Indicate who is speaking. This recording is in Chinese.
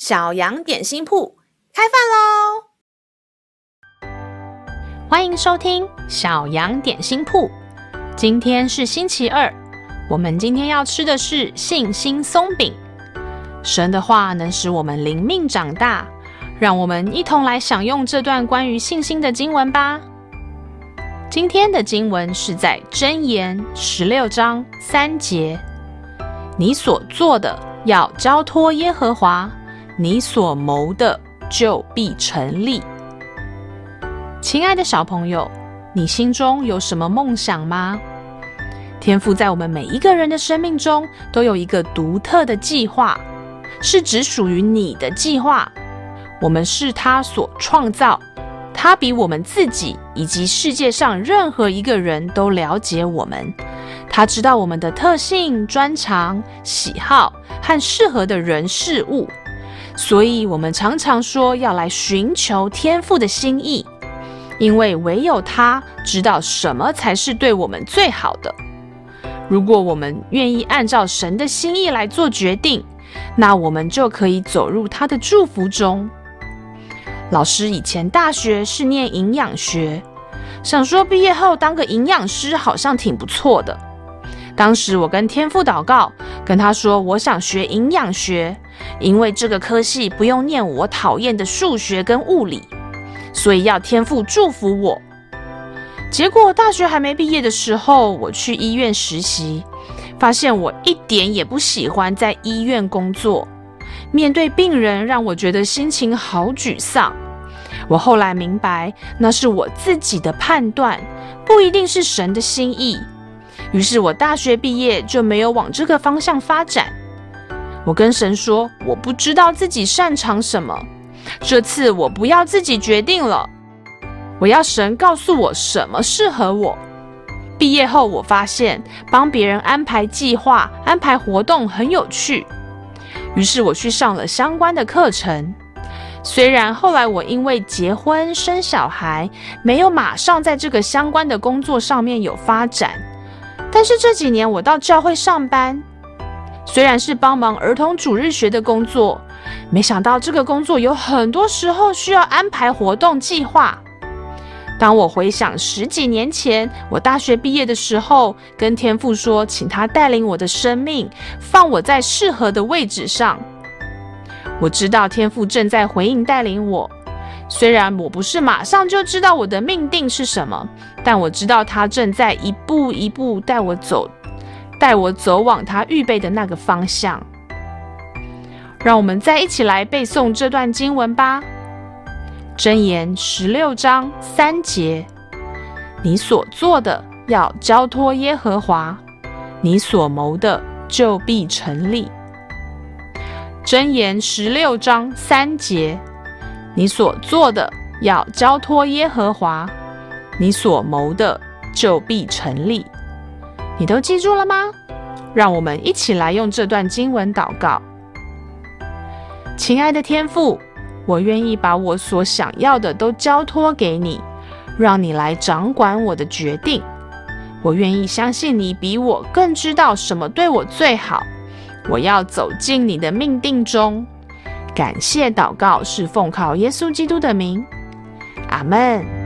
Speaker 1: 小羊点心铺开饭喽！
Speaker 2: 欢迎收听小羊点心铺。今天是星期二，我们今天要吃的是信心松饼。神的话能使我们灵命长大，让我们一同来享用这段关于信心的经文吧。今天的经文是在箴言16章3节，你所做的要交托耶和华，你所谋的就必成立。亲爱的小朋友，你心中有什么梦想吗？天父在我们每一个人的生命中都有一个独特的计划，是只属于你的计划。我们是他所创造，他比我们自己以及世界上任何一个人都了解我们。他知道我们的特性、专长、喜好和适合的人事物，所以我们常常说要来寻求天父的心意，因为唯有他知道什么才是对我们最好的。如果我们愿意按照神的心意来做决定，那我们就可以走入他的祝福中。老师以前大学是念营养学，想说毕业后当个营养师好像挺不错的。当时我跟天父祷告，跟他说我想学营养学，因为这个科系不用念我讨厌的数学跟物理，所以要天父祝福我。结果大学还没毕业的时候，我去医院实习，发现我一点也不喜欢在医院工作，面对病人让我觉得心情好沮丧。我后来明白，那是我自己的判断，不一定是神的心意。于是我大学毕业就没有往这个方向发展。我跟神说，我不知道自己擅长什么，这次我不要自己决定了，我要神告诉我什么适合我。毕业后我发现帮别人安排计划、安排活动很有趣，于是我去上了相关的课程。虽然后来我因为结婚生小孩，没有马上在这个相关的工作上面有发展，但是这几年我到教会上班，虽然是帮忙儿童主日学的工作，没想到这个工作有很多时候需要安排活动计划。当我回想10几年前我大学毕业的时候，跟天父说请他带领我的生命，放我在适合的位置上，我知道天父正在回应带领我。虽然我不是马上就知道我的命定是什么，但我知道他正在一步一步带我走往他预备的那个方向。让我们再一起来背诵这段经文吧。箴言16章3节，你所做的要交托耶和华，你所谋的就必成立。箴言16章3节，你所做的要交托耶和华，你所谋的就必成立。你都记住了吗？让我们一起来用这段经文祷告。亲爱的天父，我愿意把我所想要的都交托给你，让你来掌管我的决定。我愿意相信你比我更知道什么对我最好，我要走进你的命定中。感谢祷告是奉靠耶稣基督的名，阿们。